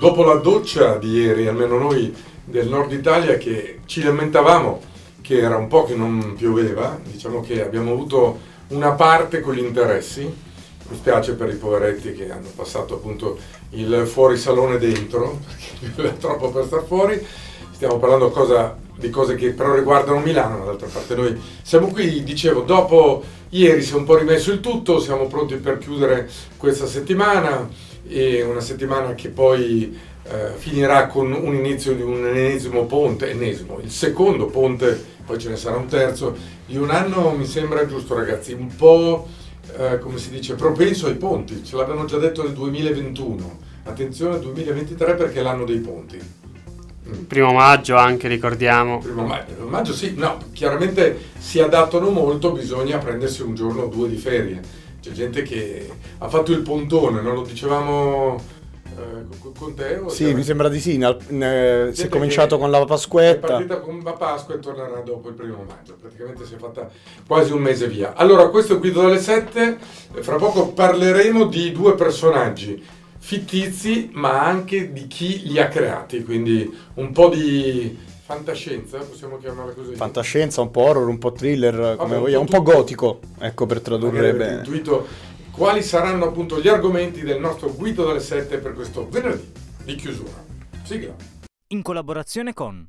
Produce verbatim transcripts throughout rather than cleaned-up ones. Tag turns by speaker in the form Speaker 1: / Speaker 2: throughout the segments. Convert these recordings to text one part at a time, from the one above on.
Speaker 1: dopo la doccia di ieri, almeno noi del nord Italia, che ci lamentavamo che era un po' che non pioveva, diciamo che abbiamo avuto una parte con gli interessi. Mi spiace per i poveretti che hanno passato appunto il fuorisalone dentro, perché pioveva troppo per star fuori. Stiamo parlando cosa, di cose che però riguardano Milano, ma d'altra parte noi siamo qui, dicevo, dopo ieri si è un po' rimesso il tutto, siamo pronti per chiudere questa settimana, e una settimana che poi eh, finirà con un inizio di un ennesimo ponte, ennesimo, il secondo ponte, poi ce ne sarà un terzo, di un anno mi sembra giusto ragazzi, un po' eh, come si dice, propenso ai ponti, ce l'avevano già detto nel duemilaventuno, attenzione duemilaventitré perché è l'anno dei ponti.
Speaker 2: Primo maggio anche, ricordiamo.
Speaker 1: Primo maggio, primo maggio sì, no, chiaramente si adattano molto, bisogna prendersi un giorno o due di ferie. C'è gente che ha fatto il pontone, non lo dicevamo eh, con te? O
Speaker 3: sì, mi sembra di sì, ne, si è cominciato con la Pasquetta.
Speaker 1: È partita con la Pasqua e tornerà dopo il primo maggio, praticamente si è fatta quasi un mese via. Allora, questo è il Guido dalle sette, fra poco parleremo di due personaggi fittizi, ma anche di chi li ha creati, quindi un po' di fantascienza, possiamo chiamarla così.
Speaker 3: Fantascienza, un po' horror, un po' thriller,
Speaker 1: Vabbè,
Speaker 3: come
Speaker 1: un
Speaker 3: vogliamo,
Speaker 1: po'
Speaker 3: un po' gotico, ecco, per tradurre bene.
Speaker 1: Intuito quali saranno appunto gli argomenti del nostro Guido dalle sette per questo venerdì di chiusura. Sigla.
Speaker 4: In collaborazione con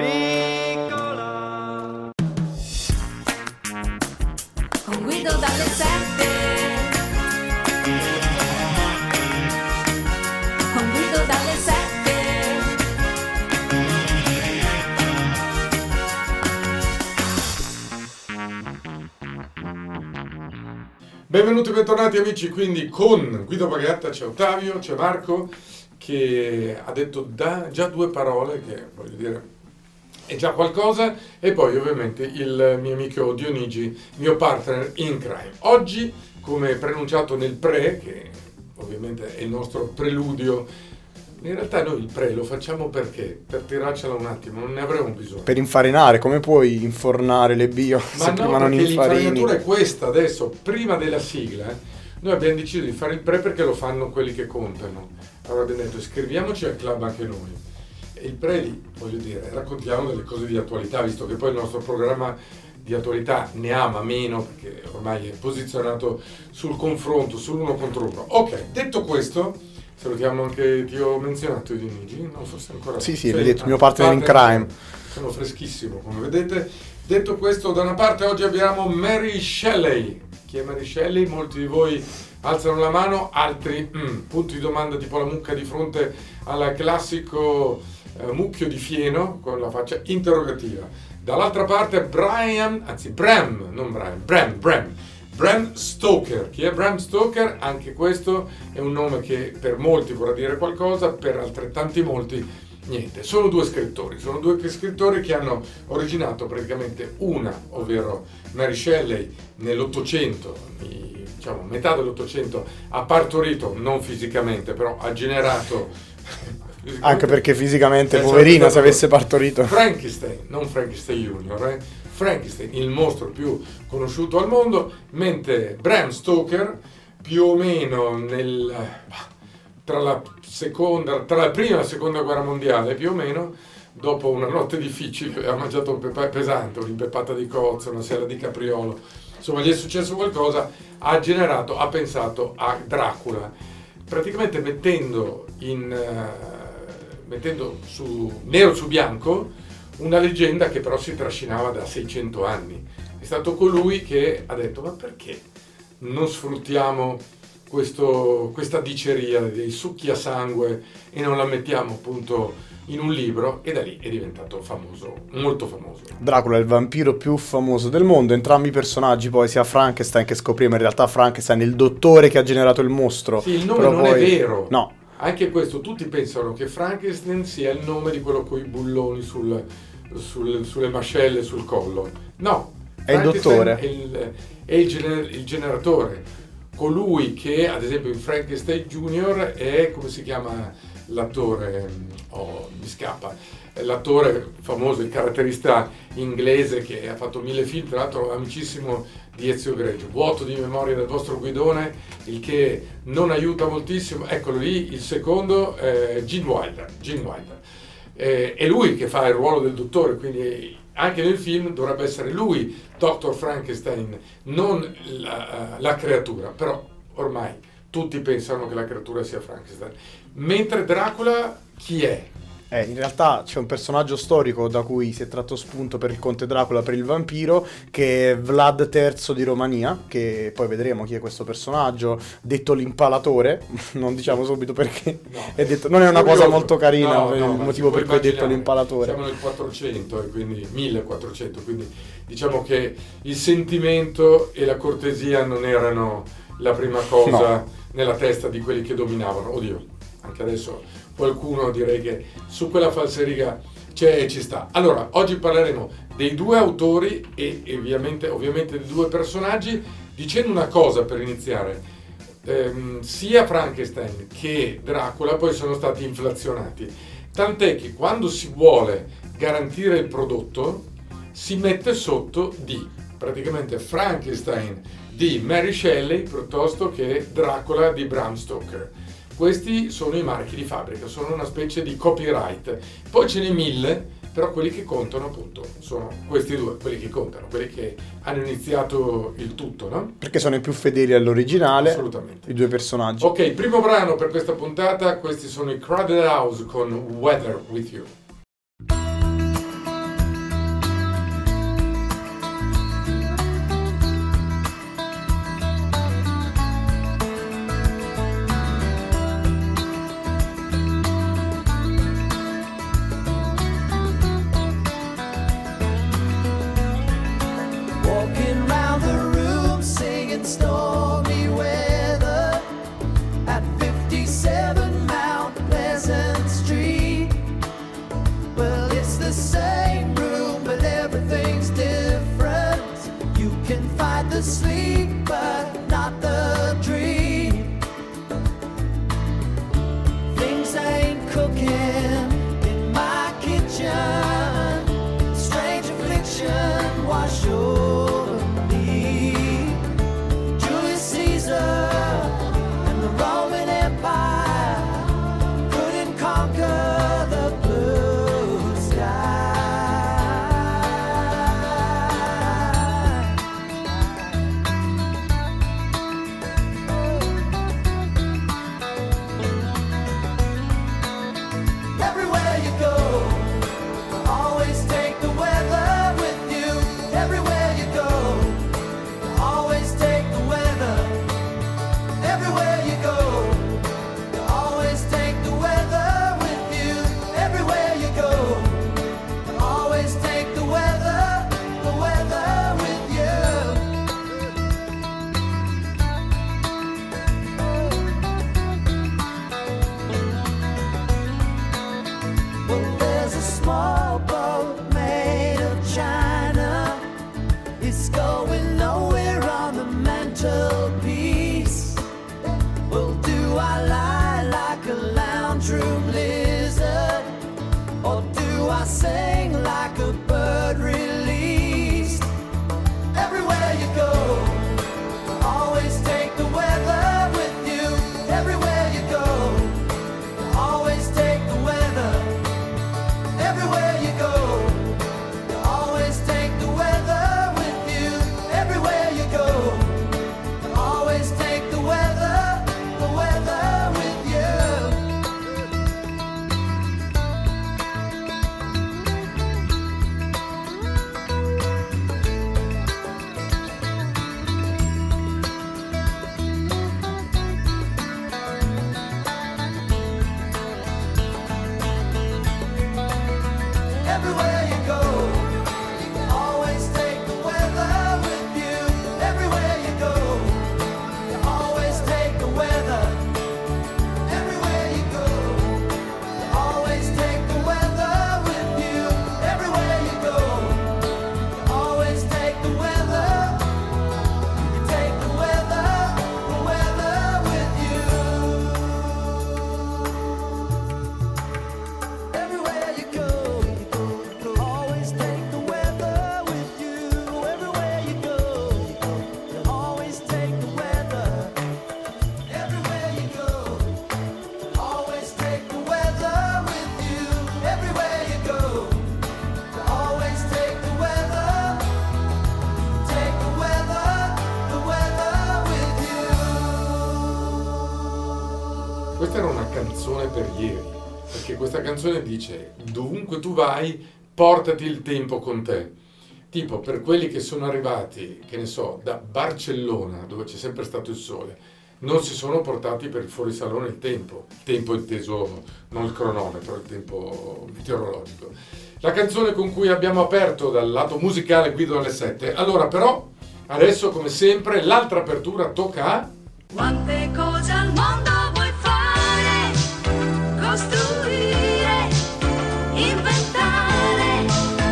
Speaker 4: Ricola.
Speaker 5: Con Guido dalle sette. Dalle sette.
Speaker 1: Benvenuti e bentornati amici, quindi con Guido Bagatta c'è Ottavio, c'è Marco che ha detto da, già due parole che voglio dire è già qualcosa, e poi ovviamente il mio amico Dionigi, mio partner in crime. Oggi, come preannunciato nel pre, che ovviamente è il nostro preludio. In realtà noi il pre lo facciamo perché? Per tirarcela un attimo, non ne avremo bisogno.
Speaker 3: Per infarinare, come puoi infornare le bio
Speaker 1: Ma
Speaker 3: se
Speaker 1: no,
Speaker 3: prima non infarini?
Speaker 1: Ma l'infarinatura è questa adesso, prima della sigla, eh, noi abbiamo deciso di fare il pre perché lo fanno quelli che contano. Allora abbiamo detto iscriviamoci al club anche noi. E il pre lì, voglio dire, raccontiamo delle cose di attualità, visto che poi il nostro programma di attualità ne ama meno, perché ormai è posizionato sul confronto, sull'uno contro uno. Ok, detto questo... Salutiamo anche, ti ho menzionato Dionigi, non forse ancora.
Speaker 3: Sì, sì, l'hai detto, il mio partner in crime.
Speaker 1: Sono freschissimo, come vedete. Detto questo, da una parte oggi abbiamo Mary Shelley. Chi è Mary Shelley? Molti di voi alzano la mano, altri mm, punti di domanda tipo la mucca di fronte al classico eh, mucchio di fieno con la faccia interrogativa. Dall'altra parte Brian, anzi Bram, non Brian, Bram, Bram. Bram Stoker. Chi è Bram Stoker? Anche questo è un nome che per molti vorrà dire qualcosa, per altrettanti molti niente. Sono due scrittori, sono due scrittori che hanno originato praticamente una, ovvero Mary Shelley nell'Ottocento, diciamo metà dell'Ottocento, ha partorito, non fisicamente, però ha generato...
Speaker 3: Anche perché fisicamente, poverina, se avesse partorito...
Speaker 1: Frankenstein, non Frankenstein Junior, eh? Frankenstein, il mostro più conosciuto al mondo, mentre Bram Stoker più o meno nel, tra la seconda, tra la prima e la seconda guerra mondiale, più o meno, dopo una notte difficile, ha mangiato un pepe pesante, un'impeppata di cozze, una sera di capriolo, insomma gli è successo qualcosa, ha generato, ha pensato a Dracula, praticamente mettendo in uh, mettendo su nero su bianco una leggenda che però si trascinava da seicento anni. È stato colui che ha detto: ma perché non sfruttiamo questo, questa diceria dei succhi a sangue e non la mettiamo appunto in un libro? E da lì è diventato famoso, molto famoso.
Speaker 3: Dracula è il vampiro più famoso del mondo. Entrambi i personaggi, poi sia Frankenstein, che scopriamo in realtà Frankenstein è il dottore che ha generato il mostro.
Speaker 1: Sì, il nome non
Speaker 3: poi...
Speaker 1: è vero.
Speaker 3: No.
Speaker 1: Anche questo, tutti pensano che Frankenstein sia il nome di quello con i bulloni sul, sul, sulle mascelle sul collo. No,
Speaker 3: è il dottore.
Speaker 1: È, il, è il, gener, il generatore. Colui che, ad esempio, in Frankenstein Junior è, come si chiama l'attore? Oh, mi scappa. È l'attore famoso, il caratterista inglese che ha fatto mille film, tra l'altro amicissimo di Ezio Greggio, vuoto di memoria del vostro guidone, il che non aiuta moltissimo. Eccolo lì, il secondo, eh, Gene Wilder. Gene Wilder. Eh, è lui che fa il ruolo del dottore, quindi anche nel film dovrebbe essere lui, doctor Frankenstein, non la, la creatura, però ormai tutti pensano che la creatura sia Frankenstein. Mentre Dracula, chi è?
Speaker 3: Eh, in realtà c'è un personaggio storico da cui si è tratto spunto per il Conte Dracula, per il vampiro, che è Vlad terzo di Romania, che poi vedremo chi è questo personaggio, detto l'impalatore, non diciamo subito perché,
Speaker 1: No,
Speaker 3: è detto, non è una cosa
Speaker 1: curioso.
Speaker 3: molto carina,
Speaker 1: No,
Speaker 3: per
Speaker 1: no,
Speaker 3: il
Speaker 1: ma
Speaker 3: motivo
Speaker 1: si
Speaker 3: per
Speaker 1: può
Speaker 3: cui è detto
Speaker 1: immaginare.
Speaker 3: l'impalatore.
Speaker 1: Siamo nel quattrocento, e quindi millequattrocento, quindi diciamo che il sentimento e la cortesia non erano la prima cosa
Speaker 3: No.
Speaker 1: nella testa di quelli che dominavano. Oddio, anche adesso qualcuno direi che su quella falsariga c'è e ci sta. Allora, oggi parleremo dei due autori e, e ovviamente, ovviamente dei due personaggi, dicendo una cosa per iniziare. Ehm, sia Frankenstein che Dracula poi sono stati inflazionati, tant'è che quando si vuole garantire il prodotto si mette sotto di praticamente Frankenstein di Mary Shelley piuttosto che Dracula di Bram Stoker. Questi sono i marchi di fabbrica, sono una specie di copyright. Poi ce ne mille, però quelli che contano appunto sono questi due, quelli che contano, quelli che hanno iniziato il tutto, no?
Speaker 3: Perché sono i più fedeli all'originale,
Speaker 1: Assolutamente.
Speaker 3: i due personaggi.
Speaker 1: Ok, primo brano per questa puntata, questi sono i Crowded House con Weather With You.
Speaker 6: Walking round the room singing stormy weather at fifty-seven Mount Pleasant Street. Well, it's the same room, but everything's different. You can fight the sleep, but not the dream. Things ain't cooking in my kitchen. Strange affliction wash over me. Julius Caesar and the Roman Empire couldn't conquer the blue sky. Everywhere you go, always take the weather with you. Everywhere you go, always take the weather. Everywhere you go, always take the weather with you. Everywhere you go, always take the weather, the weather with you. Well, there's a small boat made of china. It's going nowhere on the mantelpiece. Well, do I lie like a lounge room lizard, or do I sing like a bird released? Everywhere you go, always take the weather with you. Everywhere you go, always take the weather. Everywhere you go, always take the weather with you. Everywhere you go, always take the weather, the weather with you.
Speaker 1: questa era una canzone per ieri, perché questa canzone dice dovunque tu vai portati il tempo con te. Tipo, per quelli che sono arrivati, che ne so, da Barcellona, dove c'è sempre stato il sole, non si sono portati per il fuorisalone il tempo, il tempo inteso non il cronometro, il tempo meteorologico. La canzone con cui abbiamo aperto dal lato musicale Guido alle sette. Allora però, adesso come sempre, l'altra apertura tocca a...
Speaker 5: Quante cose al mondo vuoi fare? Costruire, inventare,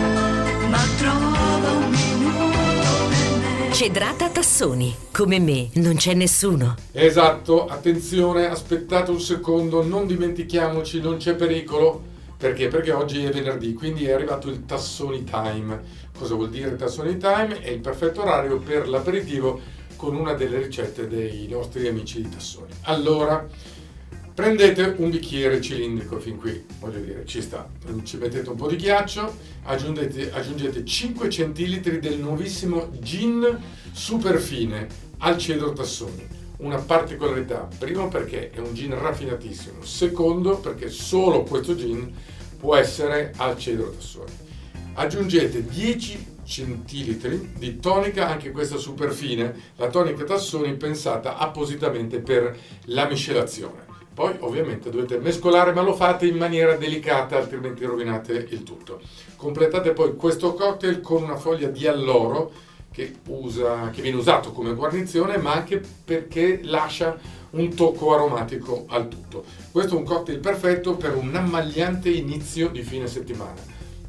Speaker 5: ma trova un minuto per me.
Speaker 7: Cedrata Tassoni, come me non c'è nessuno.
Speaker 1: Esatto, attenzione, aspettate un secondo, non dimentichiamoci, non c'è pericolo. Perché? Perché oggi è venerdì, quindi è arrivato il Tassoni Time. Cosa vuol dire Tassoni Time? È il perfetto orario per l'aperitivo con una delle ricette dei nostri amici di Tassoni. Allora, prendete un bicchiere cilindrico fin qui, voglio dire, ci sta. Ci mettete un po' di ghiaccio, aggiungete, aggiungete cinque centilitri del nuovissimo gin super fine al cedro Tassoni. Una particolarità, primo perché è un gin raffinatissimo, secondo perché solo questo gin può essere al cedro Tassoni. Aggiungete dieci centilitri di tonica, anche questa super fine, la tonica Tassoni pensata appositamente per la miscelazione. Poi ovviamente dovete mescolare, ma lo fate in maniera delicata, altrimenti rovinate il tutto. Completate poi questo cocktail con una foglia di alloro che, usa, che viene usato come guarnizione, ma anche perché lascia un tocco aromatico al tutto. Questo è un cocktail perfetto per un ammagliante inizio di fine settimana.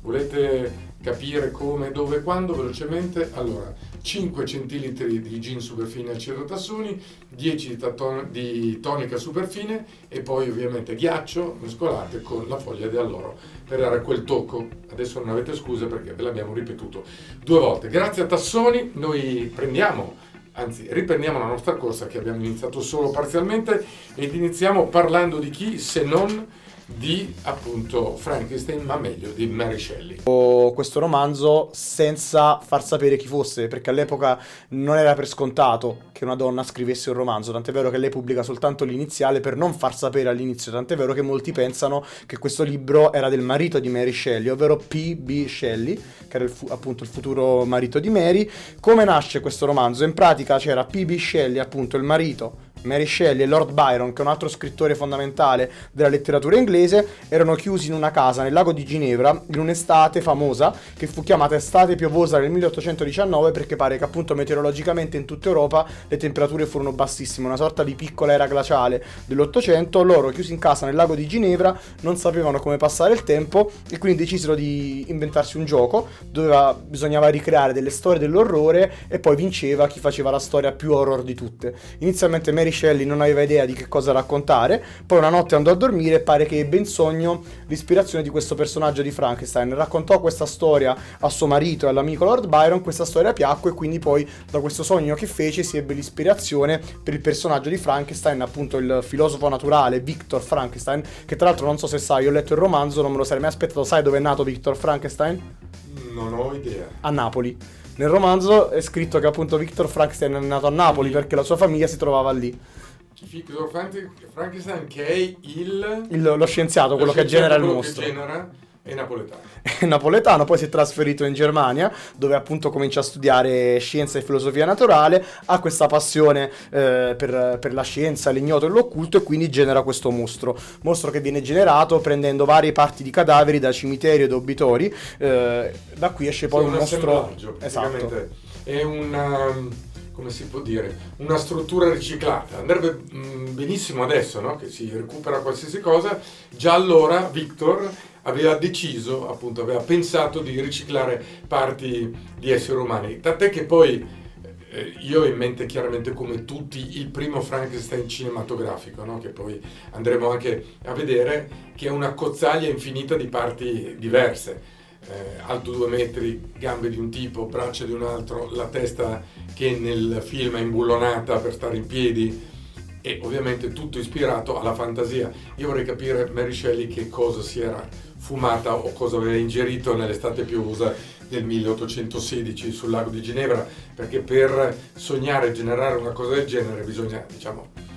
Speaker 1: Volete capire come, dove, quando? Velocemente? Allora, cinque centilitri di gin superfine al cedro Tassoni, dieci di, taton- di tonica superfine e poi ovviamente ghiaccio mescolate con la foglia di alloro per dare quel tocco. Adesso non avete scuse perché ve l'abbiamo ripetuto due volte. Grazie a Tassoni noi prendiamo, anzi riprendiamo la nostra corsa che abbiamo iniziato solo parzialmente ed iniziamo parlando di chi se non di appunto Frankenstein, ma meglio di Mary Shelley.
Speaker 3: Questo romanzo senza far sapere chi fosse, perché all'epoca non era per scontato che una donna scrivesse un romanzo, tant'è vero che lei pubblica soltanto l'iniziale per non far sapere all'inizio, tant'è vero che molti pensano che questo libro era del marito di Mary Shelley, ovvero P B Shelley, che era il fu- appunto il futuro marito di Mary. Come nasce questo romanzo? In pratica c'era P B Shelley, appunto il marito, Mary Shelley e Lord Byron, che è un altro scrittore fondamentale della letteratura inglese, erano chiusi in una casa nel lago di Ginevra in un'estate famosa che fu chiamata estate piovosa nel milleottocentodiciannove, perché pare che appunto meteorologicamente in tutta Europa le temperature furono bassissime, una sorta di piccola era glaciale dell'Ottocento. Loro chiusi in casa nel lago di Ginevra non sapevano come passare il tempo e quindi decisero di inventarsi un gioco dove bisognava ricreare delle storie dell'orrore e poi vinceva chi faceva la storia più horror di tutte. Inizialmente Mary Shelley non aveva idea di che cosa raccontare, poi una notte andò a dormire e pare che ebbe in sogno l'ispirazione di questo personaggio di Frankenstein. Raccontò questa storia a suo marito e all'amico Lord Byron, questa storia piacque e quindi poi da questo sogno che fece si ebbe l'ispirazione per il personaggio di Frankenstein, appunto il filosofo naturale Victor Frankenstein, che tra l'altro non so se sai, ho letto il romanzo, non me lo sarei mai aspettato. Sai dove è nato Victor Frankenstein?
Speaker 1: Non ho idea.
Speaker 3: A Napoli. Nel romanzo è scritto che appunto Victor Frankenstein è nato a Napoli perché la sua famiglia si trovava lì.
Speaker 1: Victor Frankenstein, che è il...
Speaker 3: il lo scienziato, quello
Speaker 1: lo
Speaker 3: che
Speaker 1: scienziato,
Speaker 3: genera il
Speaker 1: quello
Speaker 3: mostro.
Speaker 1: Che genera è napoletano.
Speaker 3: È napoletano, poi si è trasferito in Germania, dove appunto comincia a studiare scienza e filosofia naturale, ha questa passione eh, per, per la scienza, l'ignoto e l'occulto, e quindi genera questo mostro. Mostro che viene generato prendendo varie parti di cadaveri da cimiteri ed obitori, eh, da qui esce poi
Speaker 1: sì,
Speaker 3: un,
Speaker 1: un
Speaker 3: mostro...
Speaker 1: Esatto. È una... come si può dire, una struttura riciclata. Andrebbe mh, benissimo adesso, no? Che si recupera qualsiasi cosa. Già allora Victor aveva deciso, appunto, aveva pensato di riciclare parti di esseri umani. Tant'è che poi eh, io ho in mente chiaramente come tutti il primo Frankenstein cinematografico, no? Che poi andremo anche a vedere, che è una cozzaglia infinita di parti diverse. Eh, alto due metri, gambe di un tipo, braccia di un altro, la testa che nel film è imbullonata per stare in piedi, e ovviamente tutto ispirato alla fantasia. Io vorrei capire Mary Shelley che cosa si era fumata o cosa aveva ingerito nell'estate piovosa del milleottocentosedici sul lago di Ginevra, perché per sognare e generare una cosa del genere bisogna, diciamo,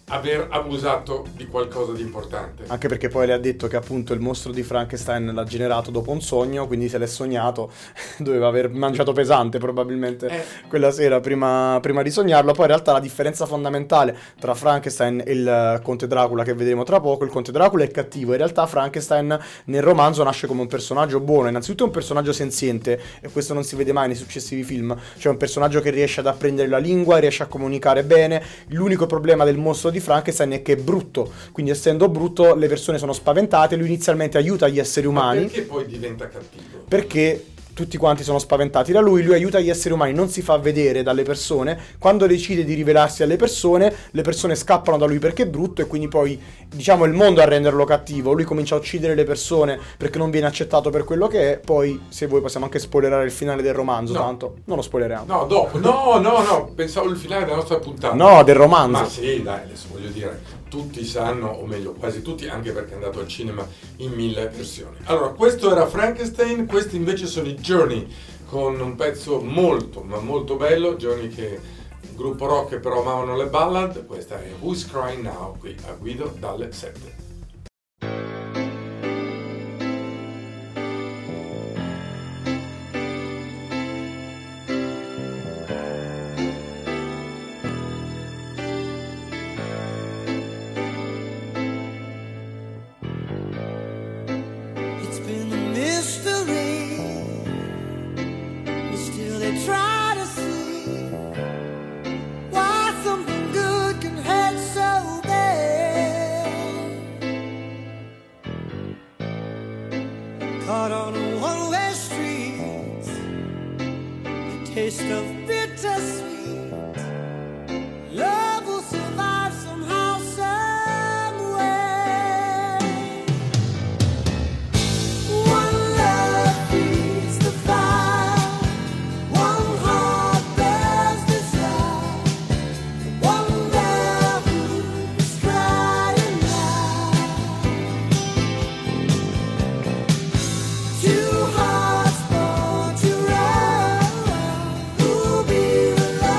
Speaker 1: aver abusato di qualcosa di importante.
Speaker 3: Anche perché poi le ha detto che appunto il mostro di Frankenstein l'ha generato dopo un sogno, quindi se l'è sognato doveva aver mangiato pesante probabilmente
Speaker 1: Eh.
Speaker 3: quella sera prima, prima di sognarlo. Poi in realtà la differenza fondamentale tra Frankenstein e il Conte Dracula che vedremo tra poco, il Conte Dracula è cattivo, in realtà Frankenstein nel romanzo nasce come un personaggio buono, innanzitutto è un personaggio senziente e questo non si vede mai nei successivi film, cioè un personaggio che riesce ad apprendere la lingua, riesce a comunicare bene. L'unico problema del mostro di Frankenstein è che è brutto, quindi essendo brutto le persone sono spaventate, lui inizialmente aiuta gli esseri
Speaker 1: Ma
Speaker 3: umani.
Speaker 1: perché poi diventa cattivo?
Speaker 3: Perché tutti quanti sono spaventati da lui, lui aiuta gli esseri umani, non si fa vedere dalle persone, quando decide di rivelarsi alle persone, le persone scappano da lui perché è brutto e quindi poi diciamo il mondo a renderlo cattivo, lui comincia a uccidere le persone perché non viene accettato per quello che è. Poi se vuoi possiamo anche spoilerare il finale del romanzo,
Speaker 1: No.
Speaker 3: tanto non lo spoileriamo.
Speaker 1: No, dopo. No, no, no, pensavo il finale della nostra puntata.
Speaker 3: No, del romanzo.
Speaker 1: Ma sì, dai, adesso voglio dire, tutti sanno, o meglio, quasi tutti, anche perché è andato al cinema in mille versioni. Allora, questo era Frankenstein, questi invece sono i Journey, con un pezzo molto, ma molto bello, Journey che gruppo rock che però amavano le ballad, questa è Who's Crying Now, qui a Guido dalle sette.
Speaker 6: It's been a mystery, but still they try to see why something good can hurt so bad. Caught on a one-way street, the taste of bittersweet. Love will survive somehow, some way. One love feeds the fire, one heart bears desire, one love who's crying now. Two hearts born to run, who'll be the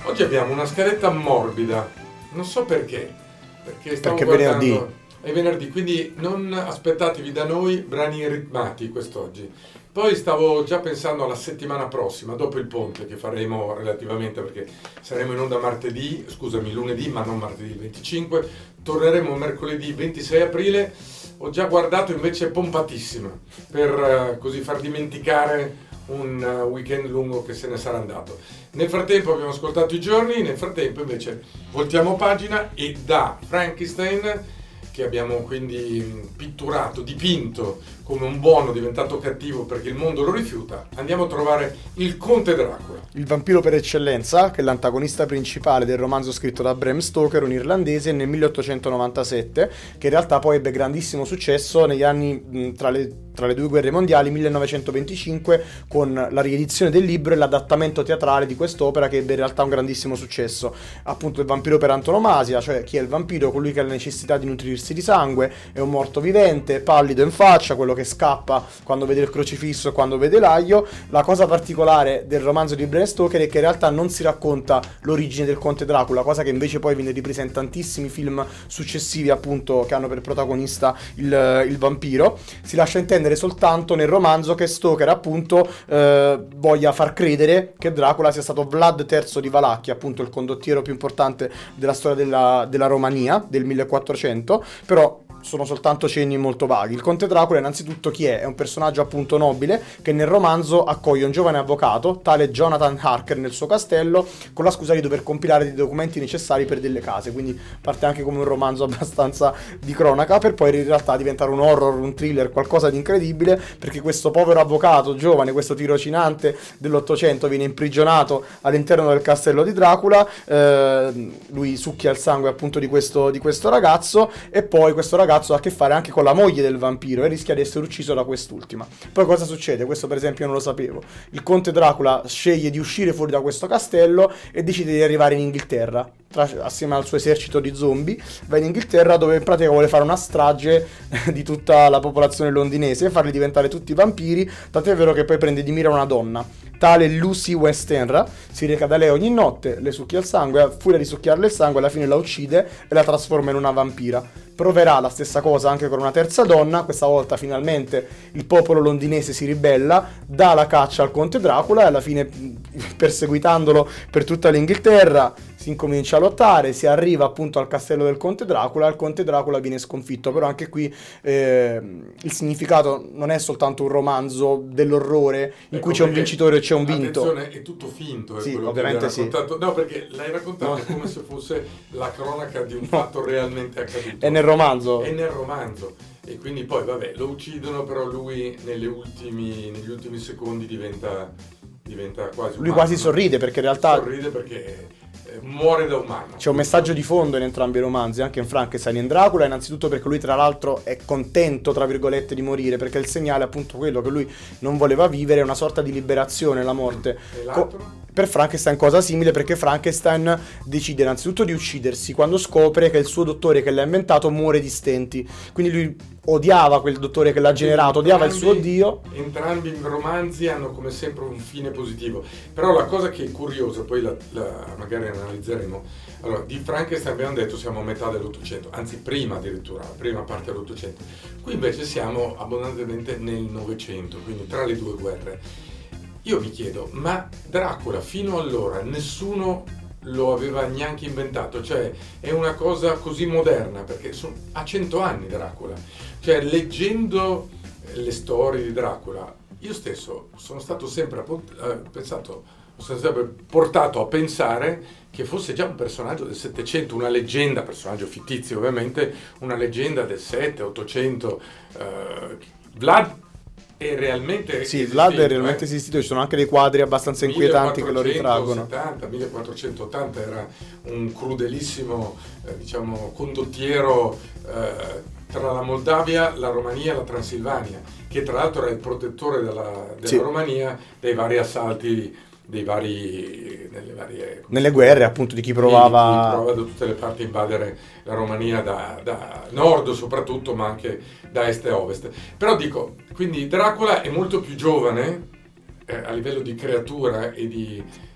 Speaker 1: Oggi abbiamo una scaletta morbida, non so perché, perché stavo
Speaker 3: Perché è
Speaker 1: guardando...
Speaker 3: venerdì.
Speaker 1: È venerdì, quindi non aspettatevi da noi brani ritmati quest'oggi. Poi stavo già pensando alla settimana prossima, dopo il ponte, che faremo relativamente, perché saremo in onda martedì, scusami, lunedì, ma non martedì venticinque, torneremo mercoledì ventisei aprile. Ho già guardato invece Pompatissima, per uh, così far dimenticare un uh, weekend lungo che se ne sarà andato. Nel frattempo abbiamo ascoltato I Giorni, nel frattempo invece voltiamo pagina e da Frankenstein, che abbiamo quindi pitturato, dipinto come un buono diventato cattivo perché il mondo lo rifiuta, andiamo a trovare il Conte Dracula.
Speaker 3: Il vampiro per eccellenza, che è l'antagonista principale del romanzo scritto da Bram Stoker, un irlandese, nel milleottocentonovantasette, che in realtà poi ebbe grandissimo successo negli anni mh, tra le tra le due guerre mondiali, millenovecentoventicinque, con la riedizione del libro e l'adattamento teatrale di quest'opera, che ebbe in realtà un grandissimo successo. Appunto il vampiro per antonomasia, cioè chi è il vampiro? Colui che ha la necessità di nutrirsi di sangue, è un morto vivente, pallido in faccia, quello che scappa quando vede il crocifisso e quando vede l'aglio. La cosa particolare del romanzo di Bram Stoker è che in realtà non si racconta l'origine del Conte Dracula, cosa che invece poi viene ripresa in tantissimi film successivi, appunto, che hanno per protagonista il, il vampiro. Si lascia intendere soltanto nel romanzo che Stoker appunto eh, voglia far credere che Dracula sia stato Vlad terzo di Valacchia, appunto il condottiero più importante della storia della, della Romania del millequattrocento, però sono soltanto cenni molto vaghi. Il Conte Dracula innanzitutto chi è? È un personaggio appunto nobile che nel romanzo accoglie un giovane avvocato, tale Jonathan Harker, nel suo castello con la scusa di dover compilare dei documenti necessari per delle case, quindi parte anche come un romanzo abbastanza di cronaca, per poi in realtà diventare un horror, un thriller, qualcosa di incredibile, perché questo povero avvocato giovane, questo tirocinante dell'Ottocento, viene imprigionato all'interno del castello di Dracula, eh, lui succhia il sangue appunto di questo, di questo ragazzo, e poi questo ragazzo ha a che fare anche con la moglie del vampiro e rischia di essere ucciso da quest'ultima. Poi cosa succede? Questo per esempio io non lo sapevo. Il Conte Dracula sceglie di uscire fuori da questo castello e decide di arrivare in Inghilterra. Tra, assieme al suo esercito di zombie va in Inghilterra, dove in pratica vuole fare una strage di tutta la popolazione londinese e farli diventare tutti vampiri, tant'è vero che poi prende di mira una donna, tale Lucy Westenra, si reca da lei ogni notte, le succhia il sangue, a furia di succhiarle il sangue alla fine la uccide e la trasforma in una vampira. Proverà la stessa cosa anche con una terza donna, questa volta finalmente il popolo londinese si ribella, dà la caccia al Conte Dracula e alla fine, perseguitandolo per tutta l'Inghilterra, si incomincia a lottare, si arriva appunto al castello del Conte Dracula, il Conte Dracula viene sconfitto. Però anche qui eh, il significato non è soltanto un romanzo dell'orrore in
Speaker 1: ecco,
Speaker 3: cui c'è un vincitore e c'è un vinto.
Speaker 1: Attenzione, è tutto finto, è
Speaker 3: sì,
Speaker 1: quello
Speaker 3: ovviamente
Speaker 1: che hai raccontato.
Speaker 3: sì.
Speaker 1: No, perché l'hai raccontato no. come se fosse la cronaca di un no. fatto realmente accaduto.
Speaker 3: È nel romanzo.
Speaker 1: È nel romanzo. E quindi poi, vabbè, lo uccidono, però lui nelle ultimi, negli ultimi secondi diventa, diventa quasi
Speaker 3: Lui
Speaker 1: umano.
Speaker 3: quasi sorride, perché in realtà...
Speaker 1: Sorride perché... muore da umano.
Speaker 3: C'è un messaggio di fondo in entrambi i romanzi, anche in Frankenstein e in Dracula, innanzitutto perché lui tra l'altro è contento tra virgolette di morire, perché il segnale è appunto quello che lui non voleva vivere, è una sorta di liberazione, la morte.
Speaker 1: E l'altro?
Speaker 3: Co- per Frankenstein cosa simile, perché Frankenstein decide innanzitutto di uccidersi quando scopre che il suo dottore che l'ha inventato muore di stenti, quindi lui odiava quel dottore che l'ha generato, odiava il suo dio.
Speaker 1: Entrambi i romanzi hanno come sempre un fine positivo, però la cosa che è curiosa, poi la, la, magari analizzeremo, allora di Frankenstein abbiamo detto siamo a metà dell'Ottocento, anzi prima addirittura, la prima parte dell'Ottocento, qui invece siamo abbondantemente nel Novecento, quindi tra le due guerre. Io mi chiedo, ma Dracula fino allora nessuno lo aveva neanche inventato, cioè è una cosa così moderna, perché sono, ha cento anni Dracula, cioè leggendo le storie di Dracula, io stesso sono stato sempre eh, pensato, sono sempre portato a pensare che fosse già un personaggio del Settecento, una leggenda, personaggio fittizio ovviamente, una leggenda del Sette, Ottocento, eh, Vlad è realmente
Speaker 3: sì,
Speaker 1: esistito,
Speaker 3: Vlad è realmente
Speaker 1: eh?
Speaker 3: esistito, ci sono anche dei quadri abbastanza inquietanti che lo ritraggono.
Speaker 1: millequattrocentosettanta, millequattrocentottanta era un crudelissimo eh, diciamo condottiero eh, tra la Moldavia, la Romania e la Transilvania, che tra l'altro era il protettore della, della
Speaker 3: sì.
Speaker 1: Romania dei vari assalti, dei vari nelle varie
Speaker 3: nelle guerre appunto di chi provava
Speaker 1: di chi provava da tutte le parti a invadere la Romania, da, da nord soprattutto, ma anche da est e ovest. Però dico, quindi Dracula è molto più giovane eh, a livello di creatura e di,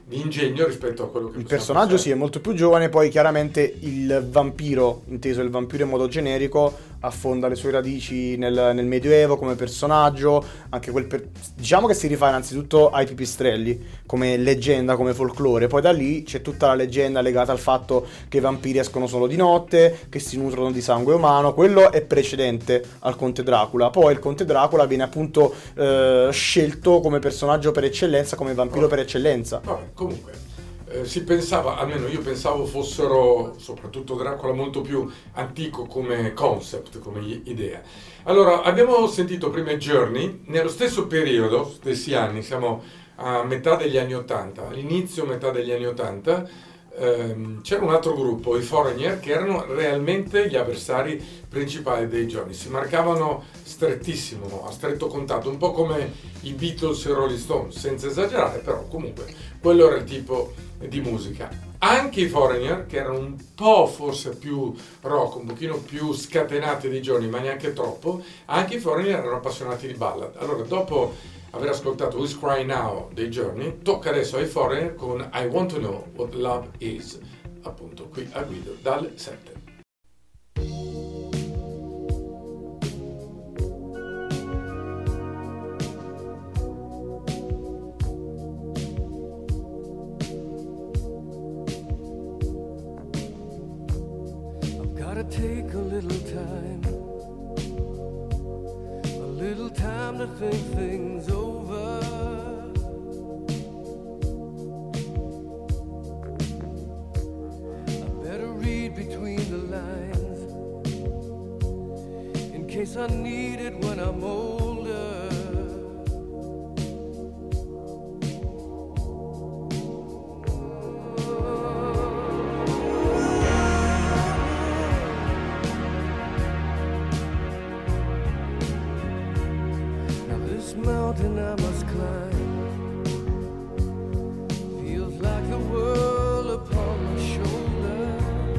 Speaker 1: di ingegno rispetto a quello che
Speaker 3: Il
Speaker 1: possiamo
Speaker 3: personaggio
Speaker 1: pensare.
Speaker 3: sì è molto più giovane, poi chiaramente il vampiro, inteso il vampiro in modo generico, affonda le sue radici nel, nel Medioevo come personaggio, anche quel per... diciamo che si rifà innanzitutto ai pipistrelli come leggenda, come folklore, poi da lì c'è tutta la leggenda legata al fatto che i vampiri escono solo di notte, che si nutrono di sangue umano. Quello è precedente al Conte Dracula. Poi il Conte Dracula viene appunto eh, scelto come personaggio per eccellenza, come vampiro per eccellenza.
Speaker 1: Vabbè, comunque eh, si pensava, almeno io pensavo fossero, soprattutto Dracula, molto più antico come concept, come i- idea. Allora, abbiamo sentito prima i Journey, nello stesso periodo, stessi anni, siamo a metà degli anni ottanta, all'inizio metà degli anni ottanta, ehm, c'era un altro gruppo, i Foreigner, che erano realmente gli avversari principali dei Journey, si marcavano strettissimo, a stretto contatto, un po' come i Beatles e i Rolling Stones, senza esagerare, però comunque quello era il tipo di musica. Anche i Foreigner, che erano un po' forse più rock, un pochino più scatenati dei Journey, ma neanche troppo, anche i Foreigner erano appassionati di ballad. Allora, dopo aver ascoltato Who's Cry Now dei Journey, tocca adesso ai Foreigner con I Want to Know What Love Is, appunto qui a Guido dalle sette.
Speaker 8: Gotta take a little time, a little time to think things over. I better read between the lines, in case I need it when I'm older. Mountain I must climb feels like the world upon my shoulder.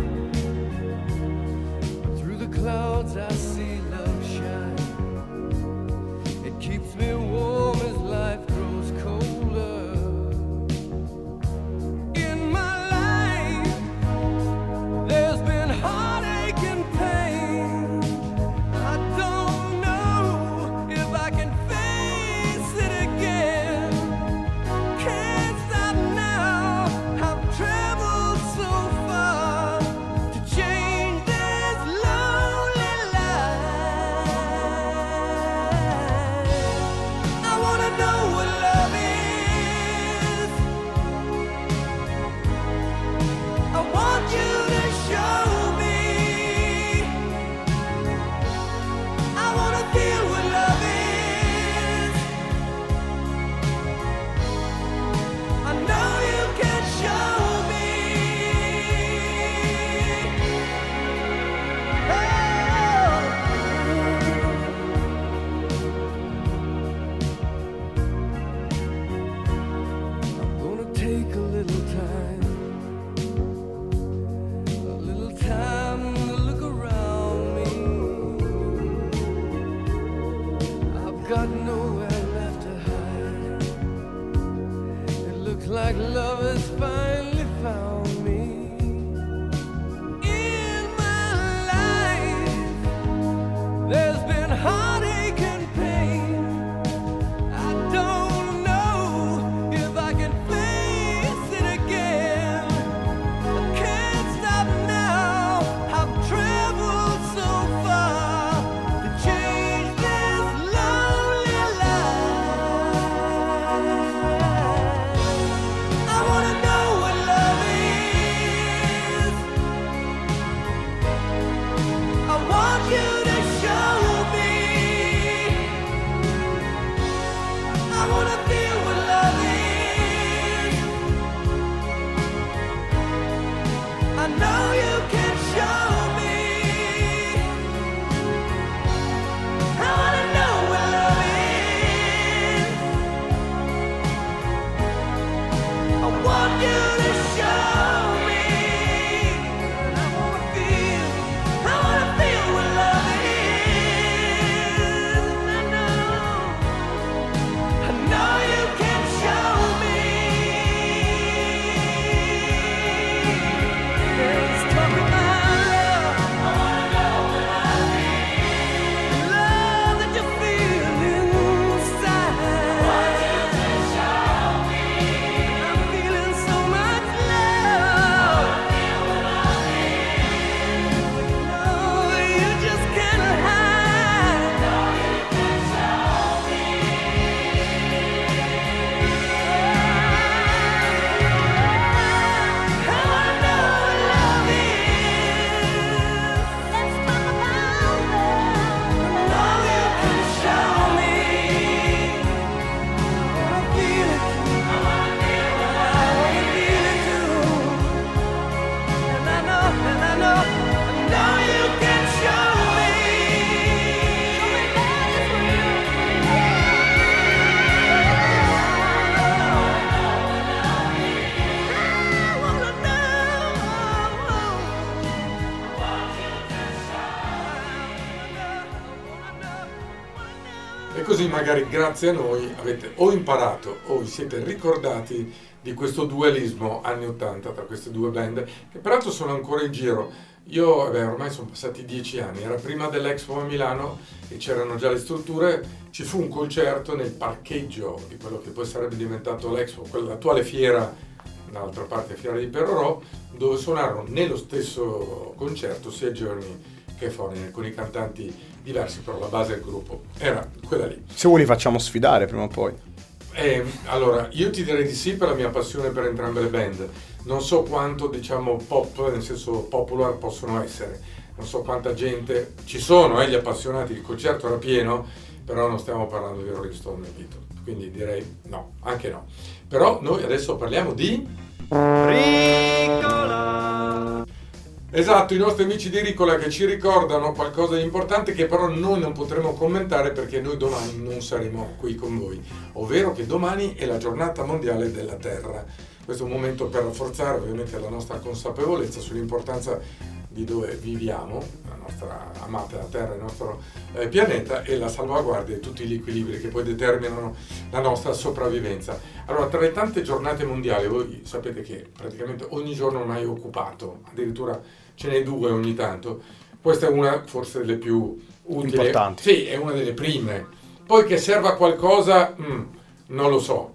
Speaker 8: But through the clouds I see love shine. It keeps me warm as life grows colder. In my life there's been heartache and pain. I don't know if I can got nowhere left to hide. It looks like love has finally found me. In my life, there's been heartache and pain. I don't know if I can face it again. I can't stop now. I've traveled so far to change this lonely life. I wanna know what love is. I want you to show me. I wanna feel what love is. I know you can show me. I wanna know what love is. I want you to show me. I wanna feel, I wanna feel what love is. I know, I know you can show me.
Speaker 1: magari grazie a noi avete o imparato o vi siete ricordati di questo dualismo anni ottanta tra queste due band, che peraltro sono ancora in giro. Io, beh, ormai sono passati dieci anni, era prima dell'Expo a Milano e c'erano già le strutture, ci fu un concerto nel parcheggio di quello che poi sarebbe diventato l'Expo, l'attuale fiera, dall'altra parte Fiera di Perorò, dove suonarono nello stesso concerto sia Journey che Foreigner, con i cantanti diversi, però la base del gruppo era quella lì.
Speaker 3: Se vuoi li facciamo sfidare prima o poi.
Speaker 1: Eh, allora, io ti direi di sì per la mia passione per entrambe le band. Non so quanto, diciamo, pop, nel senso popular, possono essere. Non so quanta gente ci sono, eh, gli appassionati. Il concerto era pieno, però non stiamo parlando di Rolling Stone e Beatles. Quindi direi no, anche no. Però noi adesso parliamo di... Ricola! Esatto, i nostri amici di Ricola che ci ricordano qualcosa di importante che però noi non potremo commentare perché noi domani non saremo qui con voi, ovvero che domani è la giornata mondiale della Terra. Questo è un momento per rafforzare ovviamente la nostra consapevolezza sull'importanza di dove viviamo, la nostra amata Terra, il nostro eh, pianeta, e la salvaguardia di tutti gli equilibri che poi determinano la nostra sopravvivenza. Allora, tra le tante giornate mondiali, voi sapete che praticamente ogni giorno non hai occupato, addirittura ce n'è due ogni tanto. Questa è una forse delle più utili.
Speaker 3: Importanti.
Speaker 1: Sì, è una delle prime. Poi che serva a qualcosa, mm, non lo so.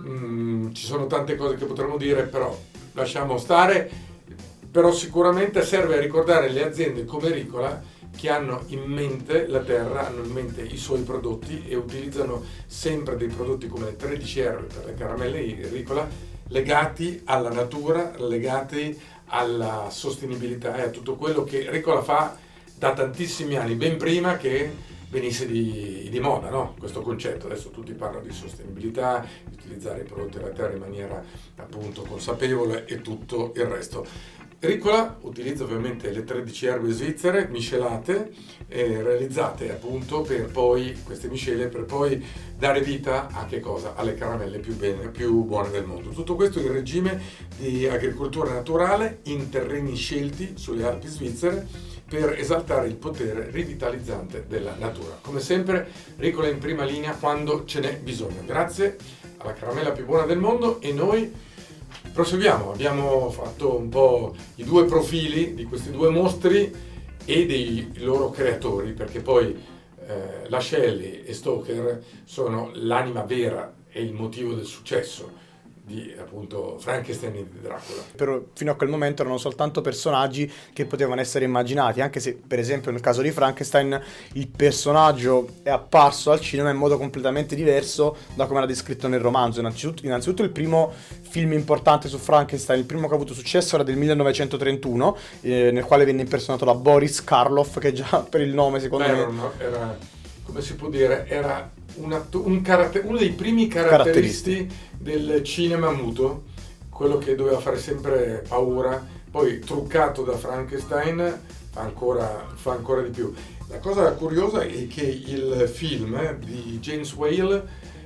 Speaker 1: Mm, ci sono tante cose che potremmo dire, però lasciamo stare. Però sicuramente serve a ricordare le aziende come Ricola che hanno in mente la terra, hanno in mente i suoi prodotti e utilizzano sempre dei prodotti come le tredici erbe per le caramelle Ricola legati alla natura, legati alla sostenibilità e a tutto quello che Ricola fa da tantissimi anni, ben prima che venisse di, di moda, no? Questo concetto. Adesso tutti parlano di sostenibilità, di utilizzare i prodotti della terra in maniera appunto consapevole e tutto il resto. Ricola utilizza ovviamente le tredici erbe svizzere miscelate e realizzate appunto per poi queste miscele per poi dare vita a che cosa? Alle caramelle più, bene, più buone del mondo. Tutto questo in regime di agricoltura naturale in terreni scelti sulle Alpi svizzere per esaltare il potere rivitalizzante della natura. Come sempre Ricola in prima linea quando ce n'è bisogno. Grazie alla caramella più buona del mondo e noi proseguiamo. Abbiamo fatto un po' i due profili di questi due mostri e dei loro creatori, perché poi eh, Lascelles e Stoker sono l'anima vera e il motivo del successo di appunto Frankenstein e di Dracula.
Speaker 3: Però fino a quel momento erano soltanto personaggi che potevano essere immaginati, anche se per esempio nel caso di Frankenstein il personaggio è apparso al cinema in modo completamente diverso da come era descritto nel romanzo. Innanzitutto, innanzitutto il primo film importante su Frankenstein, il primo che ha avuto successo, era del millenovecentotrentuno, eh, nel quale venne impersonato da Boris Karloff, che già per il nome secondo
Speaker 1: Beh,
Speaker 3: me
Speaker 1: era, era, come si può dire, era una, un caratter- uno dei primi caratteristi del cinema muto, quello che doveva fare sempre paura, poi truccato da Frankenstein fa ancora, fa ancora di più. La cosa curiosa è che il film di James Whale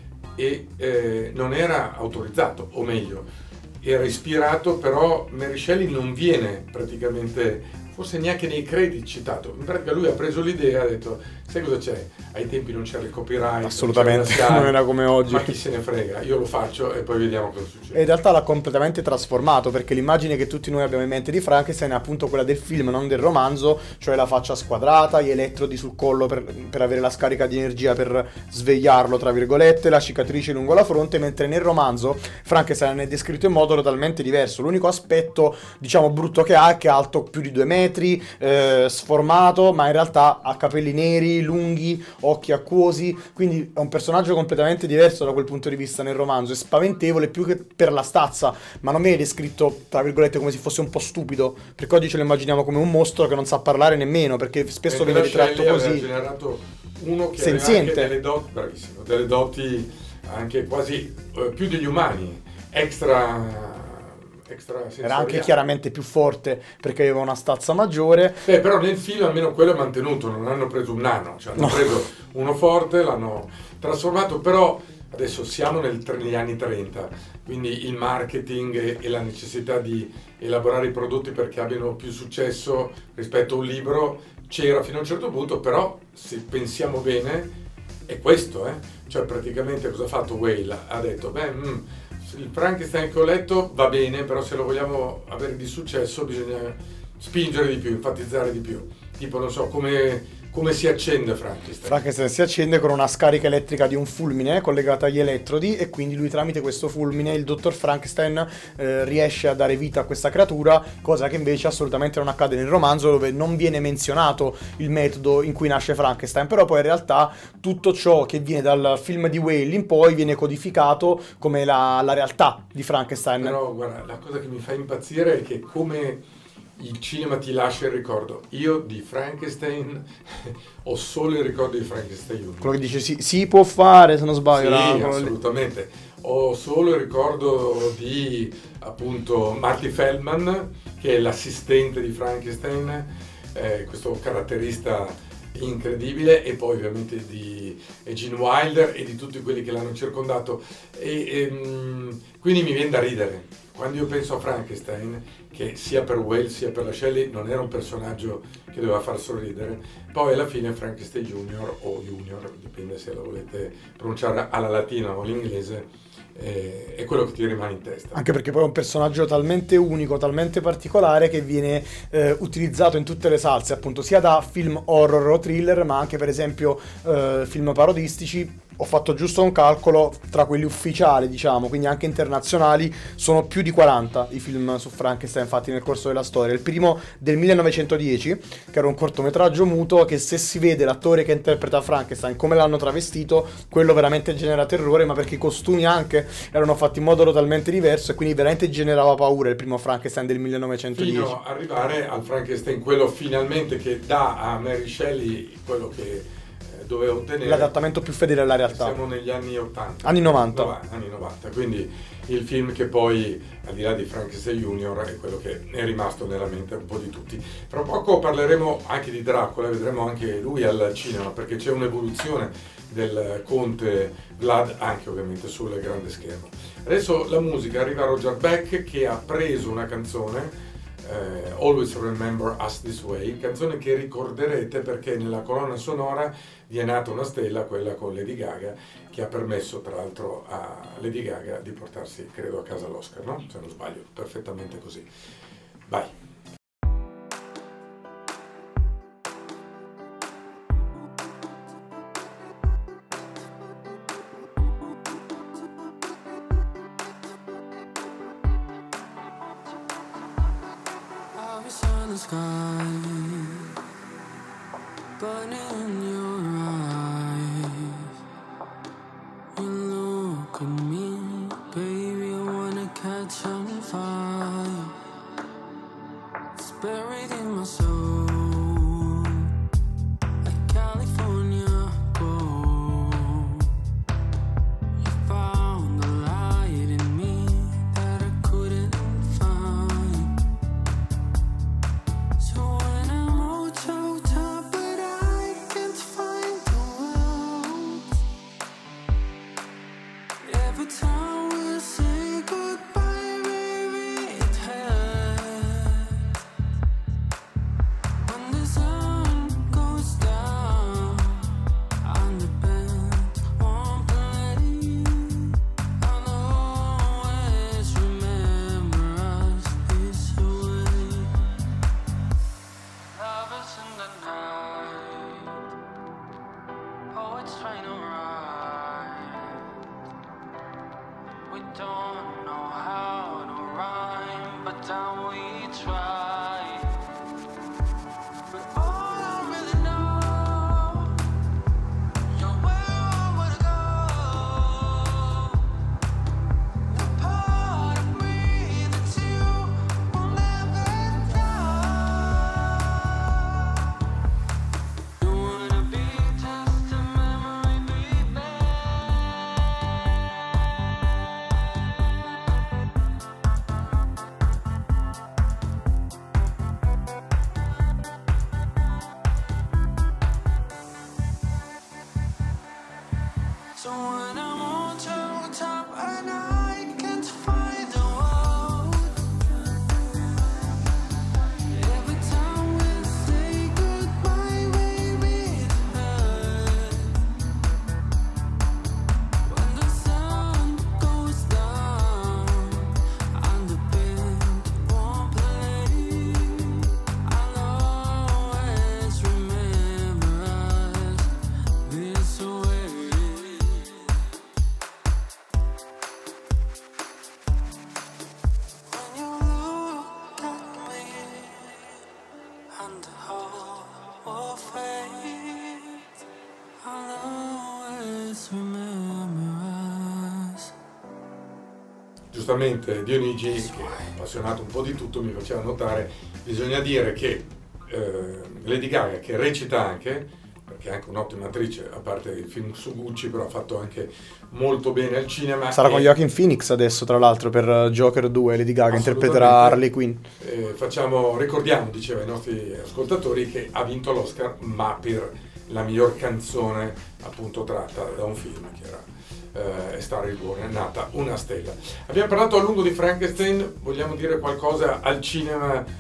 Speaker 1: è, eh, non era autorizzato, o meglio, era ispirato, però Mary Shelley non viene praticamente, forse neanche nei crediti citato. In pratica lui ha preso l'idea e ha detto: sai cosa c'è? Ai tempi non c'era il copyright,
Speaker 3: assolutamente,
Speaker 1: non,
Speaker 3: non era come oggi,
Speaker 1: ma chi se ne frega, io lo faccio e poi vediamo cosa succede.
Speaker 3: E in realtà l'ha completamente trasformato, perché l'immagine che tutti noi abbiamo in mente di Frankenstein è appunto quella del film, non del romanzo, cioè la faccia squadrata, gli elettrodi sul collo per, per avere la scarica di energia per svegliarlo, tra virgolette, la cicatrice lungo la fronte, mentre nel romanzo Frankenstein è descritto in modo totalmente diverso. L'unico aspetto, diciamo, brutto che ha è che è alto più di due metri, eh, sformato, ma in realtà ha capelli neri, lunghi, occhi acquosi, quindi è un personaggio completamente diverso da quel punto di vista nel romanzo. È spaventevole più che per la stazza, ma non viene descritto, tra virgolette, come se fosse un po' stupido, perché oggi ce lo immaginiamo come un mostro che non sa parlare nemmeno, perché spesso viene ritratto così.
Speaker 1: Aveva generato uno che
Speaker 3: senziente,
Speaker 1: aveva anche delle doti, bravissimo, delle doti anche quasi eh, più degli umani, extra
Speaker 3: era anche chiaramente più forte perché aveva una stazza maggiore.
Speaker 1: Beh, però nel film almeno quello è mantenuto, non hanno preso un nano, cioè hanno no. preso uno forte, l'hanno trasformato. Però adesso siamo nel, negli anni trenta, quindi il marketing e, e la necessità di elaborare i prodotti perché abbiano più successo rispetto a un libro c'era fino a un certo punto, però se pensiamo bene è questo, eh? Cioè praticamente cosa ha fatto Whale? Ha detto, beh, mm, il Frankenstein che ho letto va bene, però se lo vogliamo avere di successo bisogna spingere di più, enfatizzare di più. Tipo, non so, come, come si accende Frankenstein?
Speaker 3: Frankenstein si accende con una scarica elettrica di un fulmine collegata agli elettrodi, e quindi lui tramite questo fulmine, il dottor Frankenstein, eh, riesce a dare vita a questa creatura, cosa che invece assolutamente non accade nel romanzo, dove non viene menzionato il metodo in cui nasce Frankenstein. Però poi in realtà tutto ciò che viene dal film di Whale in poi viene codificato come la, la realtà di Frankenstein.
Speaker 1: Però guarda, la cosa che mi fa impazzire è che come il cinema ti lascia il ricordo. Io di Frankenstein ho solo il ricordo di Frankenstein Junior.
Speaker 3: Quello che dice si, si può fare, se non sbaglio.
Speaker 1: Sì,
Speaker 3: là,
Speaker 1: assolutamente. Ho solo il ricordo di appunto Marty Feldman, che è l'assistente di Frankenstein, eh, questo caratterista incredibile, e poi ovviamente di Gene Wilder e di tutti quelli che l'hanno circondato. E, e quindi mi viene da ridere quando io penso a Frankenstein, che sia per Whale sia per la Shelley non era un personaggio che doveva far sorridere. Poi alla fine Frankenstein Junior o Junior, dipende se lo volete pronunciare alla latina o all'inglese, eh, è quello che ti rimane in testa.
Speaker 3: Anche perché poi è un personaggio talmente unico, talmente particolare, che viene eh, utilizzato in tutte le salse, appunto, sia da film horror o thriller, ma anche per esempio eh, film parodistici. Ho fatto giusto un calcolo, tra quelli ufficiali, diciamo, quindi anche internazionali, sono più di quaranta i film su Frankenstein fatti nel corso della storia. Il primo del millenovecentodieci, che era un cortometraggio muto, che se si vede l'attore che interpreta Frankenstein, come l'hanno travestito, quello veramente genera terrore, ma perché i costumi anche erano fatti in modo totalmente diverso, e quindi veramente generava paura il primo Frankenstein del millenovecentodieci.
Speaker 1: Fino ad arrivare al Frankenstein, quello finalmente che dà a Mary Shelley quello che doveva ottenere,
Speaker 3: l'adattamento più fedele alla realtà.
Speaker 1: Siamo negli anni ottanta,
Speaker 3: anni novanta.
Speaker 1: No, anni novanta, quindi il film che poi, al di là di Frankenstein Junior, è quello che è rimasto nella mente un po' di tutti. Tra poco parleremo anche di Dracula, vedremo anche lui al cinema, perché c'è un'evoluzione del conte Vlad anche ovviamente sul grande schermo. Adesso la musica, arriva Roger Beck, che ha preso una canzone, Uh, Always Remember Us This Way, canzone che ricorderete perché nella colonna sonora vi è nata una stella, quella con Lady Gaga, che ha permesso tra l'altro a Lady Gaga di portarsi, credo, a casa l'Oscar, no? Se non sbaglio, perfettamente così. Vai.
Speaker 9: The sky, but in your eyes, you look at me, baby. I wanna catch on fire. It's buried in my soul, like California gold. You found the light in me that I couldn't find. So when I'm all choked up, but I can't find the words. Every time we say goodbye, baby, it hurts. When the sun goes down on the bed, warm bloody, I'll always remember us this way. Lovers in the night, poets trying to write. We don't know how to rhyme, but then we try. But all I really know, you're where I wanna go. The part of me that you will never know. Don't wanna be just a memory, baby.
Speaker 1: giustamente Dionigi, che è appassionato un po' di tutto, mi faceva notare, bisogna dire che eh, Lady Gaga, che recita anche, perché è anche un'ottima attrice, a parte il film su Gucci, però ha fatto anche molto bene al cinema.
Speaker 3: Sarà
Speaker 1: e,
Speaker 3: con Joaquin Phoenix adesso, tra l'altro, per Joker due, Lady Gaga interpreterà Harley Quinn.
Speaker 1: Eh, facciamo, ricordiamo, diceva ai nostri ascoltatori, che ha vinto l'Oscar, ma per la miglior canzone appunto tratta da un film che era Uh, Star is Born, è nata una stella. Abbiamo parlato a lungo di Frankenstein, vogliamo dire qualcosa al cinema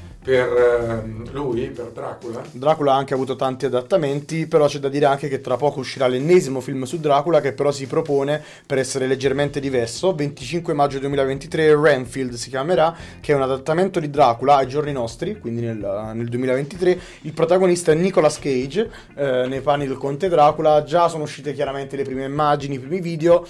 Speaker 1: per uh, lui, per Dracula?
Speaker 3: Dracula ha anche avuto tanti adattamenti, però c'è da dire anche che tra poco uscirà l'ennesimo film su Dracula, che però si propone per essere leggermente diverso. venticinque maggio duemilaventitré, Renfield si chiamerà, che è un adattamento di Dracula ai giorni nostri, quindi nel, nel duemilaventitré. Il protagonista è Nicolas Cage, eh, nei panni del conte Dracula. Già sono uscite chiaramente le prime immagini, i primi video,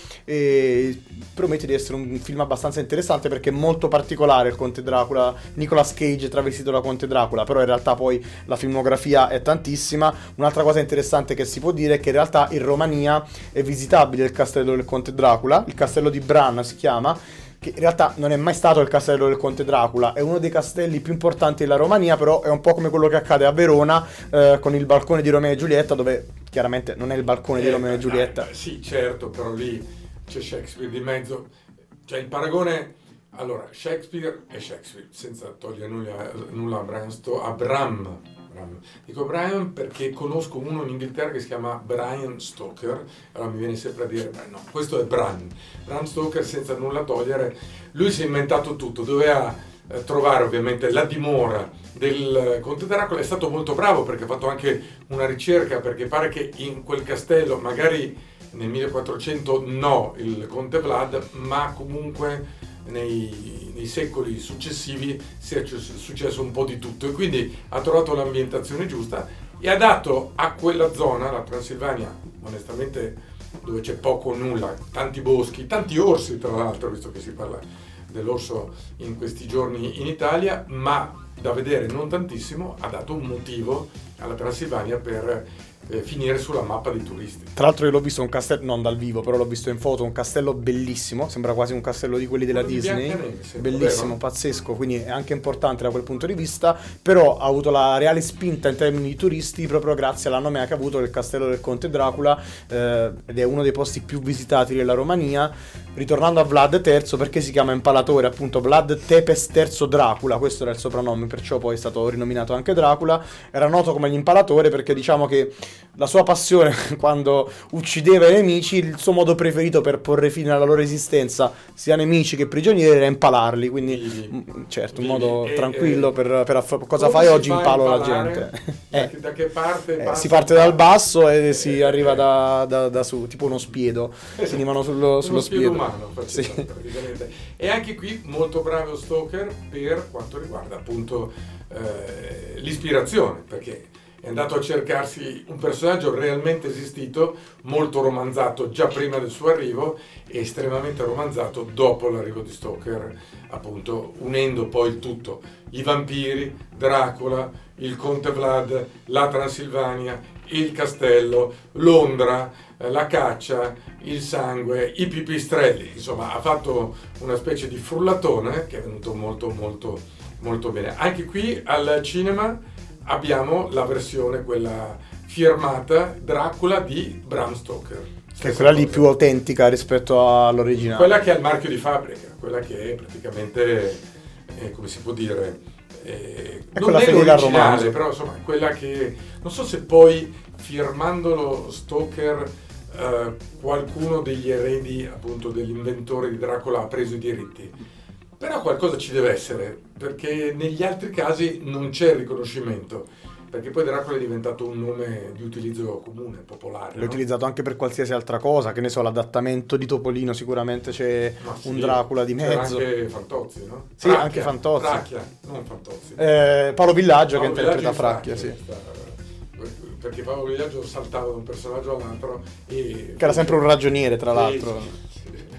Speaker 3: e promette di essere un film abbastanza interessante perché è molto particolare il conte Dracula, Nicolas Cage travestito da conte Dracula, però in realtà poi la filmografia è tantissima. Un'altra cosa interessante che si può dire è che in realtà in Romania è visitabile il castello del conte Dracula, il castello di Bran si chiama, che in realtà non è mai stato il castello del conte Dracula, è uno dei castelli più importanti della Romania, però è un po' come quello che accade a Verona eh, con il balcone di Romeo e Giulietta, dove chiaramente non è il balcone eh, di Romeo e Giulietta.
Speaker 1: Eh, sì, certo, però lì c'è Shakespeare di mezzo, cioè il paragone. Allora, Shakespeare è Shakespeare, senza togliere nulla, nulla a Bram Stoker, a Bram. Bram. Dico Bram perché conosco uno in Inghilterra che si chiama Brian Stoker, allora mi viene sempre a dire, beh no, questo è Bram. Bram Stoker, senza nulla togliere, lui si è inventato tutto, doveva eh, trovare ovviamente la dimora del conte Dracula, è stato molto bravo perché ha fatto anche una ricerca, perché pare che in quel castello, magari nel millequattrocento no, il conte Vlad, ma comunque Nei, nei secoli successivi si è successo un po' di tutto, e quindi ha trovato l'ambientazione giusta e ha dato a quella zona, la Transilvania, onestamente dove c'è poco o nulla, tanti boschi, tanti orsi tra l'altro, visto che si parla dell'orso in questi giorni in Italia, ma da vedere non tantissimo, ha dato un motivo alla Transilvania per eh, finire sulla mappa dei turisti.
Speaker 3: Tra l'altro io l'ho visto un castello, non dal vivo, però l'ho visto in foto, un castello bellissimo, sembra quasi un castello di quelli della
Speaker 1: Quello di
Speaker 3: Disney,
Speaker 1: Biancaneve, sembra,
Speaker 3: bellissimo,
Speaker 1: vero?
Speaker 3: pazzesco, quindi è anche importante da quel punto di vista, però ha avuto la reale spinta in termini di turisti proprio grazie alla nomea che ha avuto il castello del conte Dracula, eh, ed è uno dei posti più visitati della Romania. Ritornando a Vlad terzo, perché si chiama impalatore, appunto Vlad Tepes terzo Dracula, questo era il soprannome, perciò poi è stato rinominato anche Dracula. Era noto come l'impalatore perché diciamo che la sua passione quando uccideva i nemici, il suo modo preferito per porre fine alla loro esistenza, sia nemici che prigionieri, era impalarli, quindi
Speaker 1: Vivi.
Speaker 3: m- certo, un
Speaker 1: Vivi.
Speaker 3: modo
Speaker 1: E,
Speaker 3: tranquillo
Speaker 1: eh,
Speaker 3: per, per aff- cosa
Speaker 1: come
Speaker 3: fai
Speaker 1: si
Speaker 3: oggi?
Speaker 1: fa a
Speaker 3: Impalo la
Speaker 1: impalare?
Speaker 3: gente.
Speaker 1: Da
Speaker 3: Eh.
Speaker 1: che, da che parte
Speaker 3: Eh,
Speaker 1: passa
Speaker 3: si parte
Speaker 1: il
Speaker 3: dal
Speaker 1: palo?
Speaker 3: basso e si
Speaker 1: Eh,
Speaker 3: arriva
Speaker 1: eh.
Speaker 3: da, da- da su, tipo uno spiedo,
Speaker 1: Esatto.
Speaker 3: si animano sullo, sullo
Speaker 1: Uno spiedo
Speaker 3: spiedo.
Speaker 1: umano, facciamo,
Speaker 3: Sì.
Speaker 1: praticamente. E anche qui molto bravo Stoker per quanto riguarda appunto eh, l'ispirazione, perché è andato a cercarsi un personaggio realmente esistito, molto romanzato già prima del suo arrivo e estremamente romanzato dopo l'arrivo di Stoker, appunto unendo poi il tutto, i vampiri, Dracula, il conte Vlad, la Transilvania, il castello, Londra, eh, la caccia, il sangue, i pipistrelli, insomma ha fatto una specie di frullatone che è venuto molto molto molto bene. Anche qui al cinema abbiamo la versione, quella firmata Dracula di Bram Stoker.
Speaker 3: Che è quella lì più autentica rispetto all'originale.
Speaker 1: Quella che ha il marchio di fabbrica, quella che è praticamente, eh, come si può dire, eh,
Speaker 3: È
Speaker 1: non
Speaker 3: quella
Speaker 1: è
Speaker 3: fedele al
Speaker 1: l'originale,
Speaker 3: romanzo.
Speaker 1: però insomma quella che, non so se poi firmandolo Stoker eh, qualcuno degli eredi appunto dell'inventore di Dracula ha preso i diritti. Però qualcosa ci deve essere, perché negli altri casi non c'è il riconoscimento, perché poi Dracula è diventato un nome di utilizzo comune, popolare.
Speaker 3: L'ho
Speaker 1: no?
Speaker 3: utilizzato anche per qualsiasi altra cosa, che ne so, l'adattamento di Topolino, sicuramente c'è
Speaker 1: Ma sì,
Speaker 3: un Dracula di
Speaker 1: c'era
Speaker 3: mezzo.
Speaker 1: anche Fantozzi, no?
Speaker 3: Sì, anche Fantozzi.
Speaker 1: Fracchia, non Fantozzi.
Speaker 3: Eh, Paolo Villaggio
Speaker 1: Paolo
Speaker 3: che interpreta
Speaker 1: Villaggio in
Speaker 3: Fracchia, sì.
Speaker 1: sta- Perché Paolo Villaggio saltava da un personaggio all'altro e...
Speaker 3: Che era sempre un ragioniere, tra
Speaker 1: Sì,
Speaker 3: l'altro.
Speaker 1: sì, sì.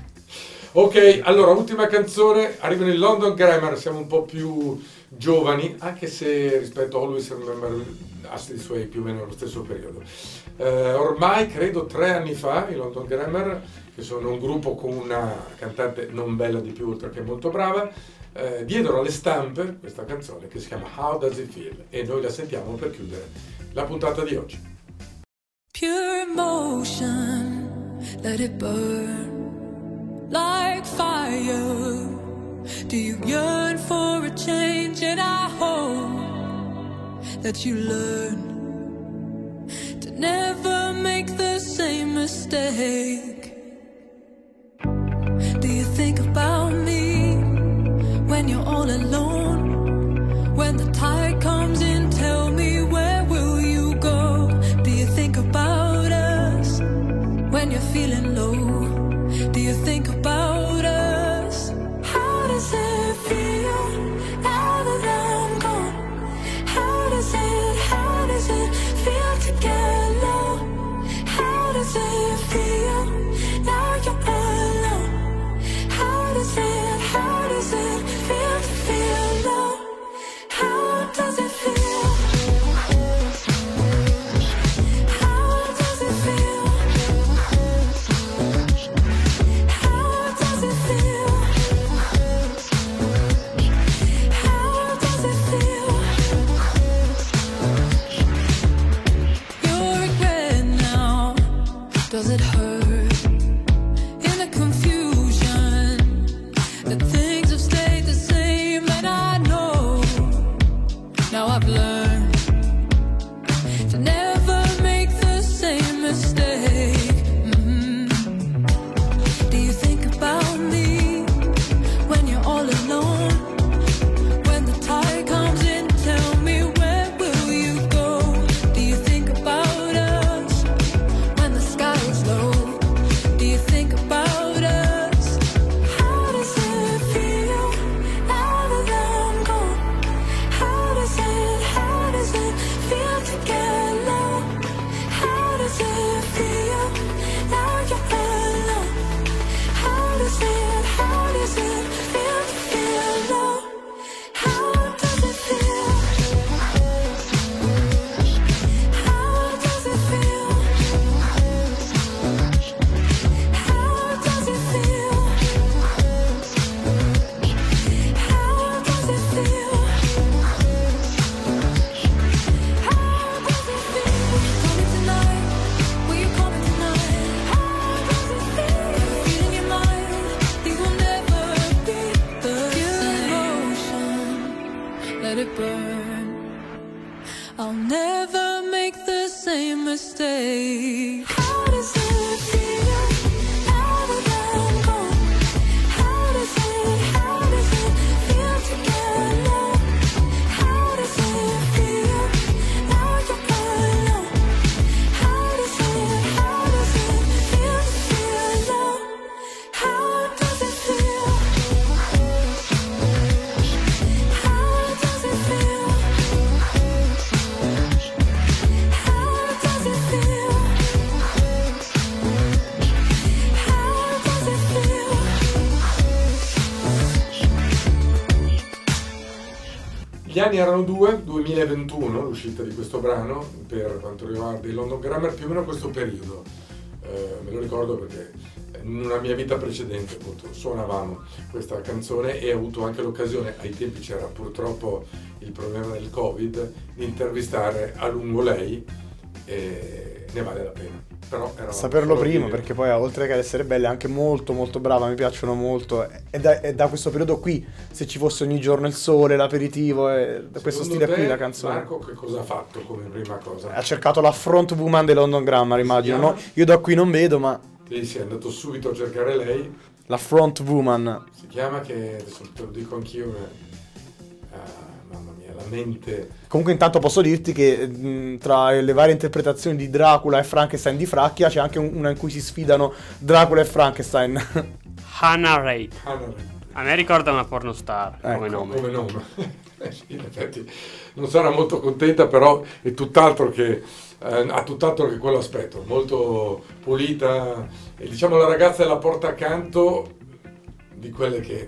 Speaker 1: Ok, allora, ultima canzone, arrivano i London Grammar, siamo un po' più giovani, anche se rispetto a Always Remember Ashley Sway più o meno nello stesso periodo. Eh, ormai, credo, tre anni fa, i London Grammar che sono un gruppo con una cantante non bella di più, oltre che molto brava, eh, diedero alle stampe questa canzone che si chiama How Does It Feel, e noi la sentiamo per chiudere la puntata di oggi.
Speaker 9: Pure emotion, let it burn like fire. Do you yearn for a change? And I hope that you learn to never make the same mistake. Do you think about me when you're all alone? When the tide comes in, tell me, where will you go? Do you think about us when you're feeling low? Do you think about us? How does it feel now that I'm gone? How does it, how does it feel to get low? How does it feel now you're alone? How does it, how does it feel to feel low? How does it feel? Does it hurt in the confusion that things have stayed the same? And I know now I've learned to never make the same mistake. Mm-hmm. Do you think about me when you're all alone? When the tide comes in, tell me, where will you go? Do you think about us when the sky is low? Do you think about us? How does it feel now that I'm gone? How does it, how does it feel to get low? How does it feel now you're alone? How does it, how does it feel to feel low? How does it feel? How does it feel? How does it feel? How does it feel? How does it feel? Coming tonight, will you come tonight? How does it feel? Feel in your mind, these will never be the same. Emotion, let it burn. I'll never make the same mistake. How does it feel now that I'm gone? How does it, how does it feel to get low? How does it feel now you're alone? How does it, how does it feel to feel low? How does it feel? How does it feel? How does it feel? How does it feel?
Speaker 1: Gli anni erano due, duemilaventuno, l'uscita di questo brano, per quanto riguarda il London Grammar, più o meno questo periodo. Eh, me lo ricordo perché in una mia vita precedente appunto suonavamo questa canzone e ho avuto anche l'occasione, ai tempi c'era purtroppo il problema del Covid, di intervistare a lungo lei, e ne vale la pena. Però era
Speaker 3: Saperlo
Speaker 1: solo
Speaker 3: prima,
Speaker 1: dire-
Speaker 3: perché poi oltre che ad essere bella è anche molto molto brava, mi piacciono molto. E da, è da questo periodo qui, se ci fosse ogni giorno il sole, l'aperitivo, è da questo
Speaker 1: Secondo
Speaker 3: stile qui
Speaker 1: te,
Speaker 3: la canzone.
Speaker 1: Marco, che cosa ha fatto come prima cosa?
Speaker 3: Ha cercato la front woman dei London Grammar, immagino.
Speaker 1: chiama?
Speaker 3: No? Io da qui non vedo, ma
Speaker 1: Ti sei andato subito a cercare lei,
Speaker 3: la front woman.
Speaker 1: si chiama, che adesso te lo dico anch'io, ma- ah, mamma mia, la mente.
Speaker 3: Comunque intanto posso dirti che mh, tra le varie interpretazioni di Dracula e Frankenstein di Fracchia c'è anche un- una in cui si sfidano Dracula e Frankenstein.
Speaker 2: Hannah Ray.
Speaker 1: Ah, no,
Speaker 2: A me ricorda una pornostar come
Speaker 3: Ecco,
Speaker 2: nome.
Speaker 1: come nome. Eh sì, in effetti non sarà molto contenta, però è tutt'altro che eh, ha tutt'altro che quell'aspetto, molto pulita, e diciamo la ragazza è la porta accanto di quelle che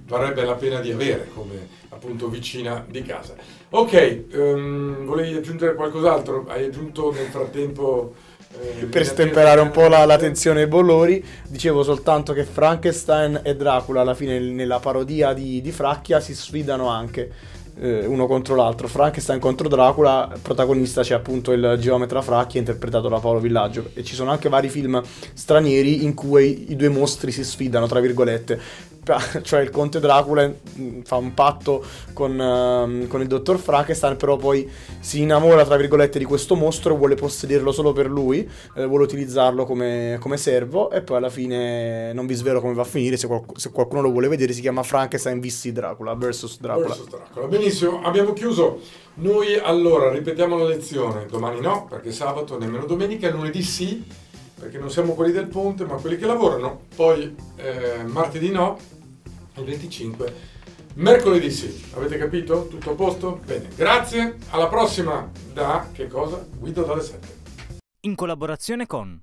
Speaker 1: varrebbe la pena di avere come appunto vicina di casa. Ok, um, volevi aggiungere qualcos'altro? Hai aggiunto nel frattempo... Eh,
Speaker 3: per stemperare un po' la, la tensione ai bollori, dicevo soltanto che Frankenstein e Dracula alla fine nella parodia di, di Fracchia si sfidano anche eh, uno contro l'altro. Frankenstein contro Dracula, protagonista c'è appunto il geometra Fracchia interpretato da Paolo Villaggio, e ci sono anche vari film stranieri in cui i due mostri si sfidano tra virgolette. Cioè il conte Dracula fa un patto con, uh, con il dottor Frankenstein, però poi si innamora tra virgolette di questo mostro, vuole possederlo solo per lui, eh, vuole utilizzarlo come, come servo, e poi alla fine non vi svelo come va a finire. Se, qual- se qualcuno lo vuole vedere, si chiama Frankenstein vs Dracula versus Dracula.
Speaker 1: versus Dracula. Benissimo, abbiamo chiuso. Noi allora ripetiamo la lezione, domani no perché sabato, nemmeno domenica, lunedì sì perché non siamo quelli del ponte ma quelli che lavorano, poi eh, martedì no, il venticinque, mercoledì sì. Avete capito? Tutto a posto? Bene, grazie, alla prossima da che cosa? Guido dalle sette.
Speaker 4: In collaborazione con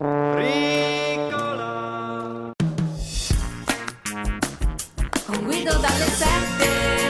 Speaker 5: Con Guido dalle sette.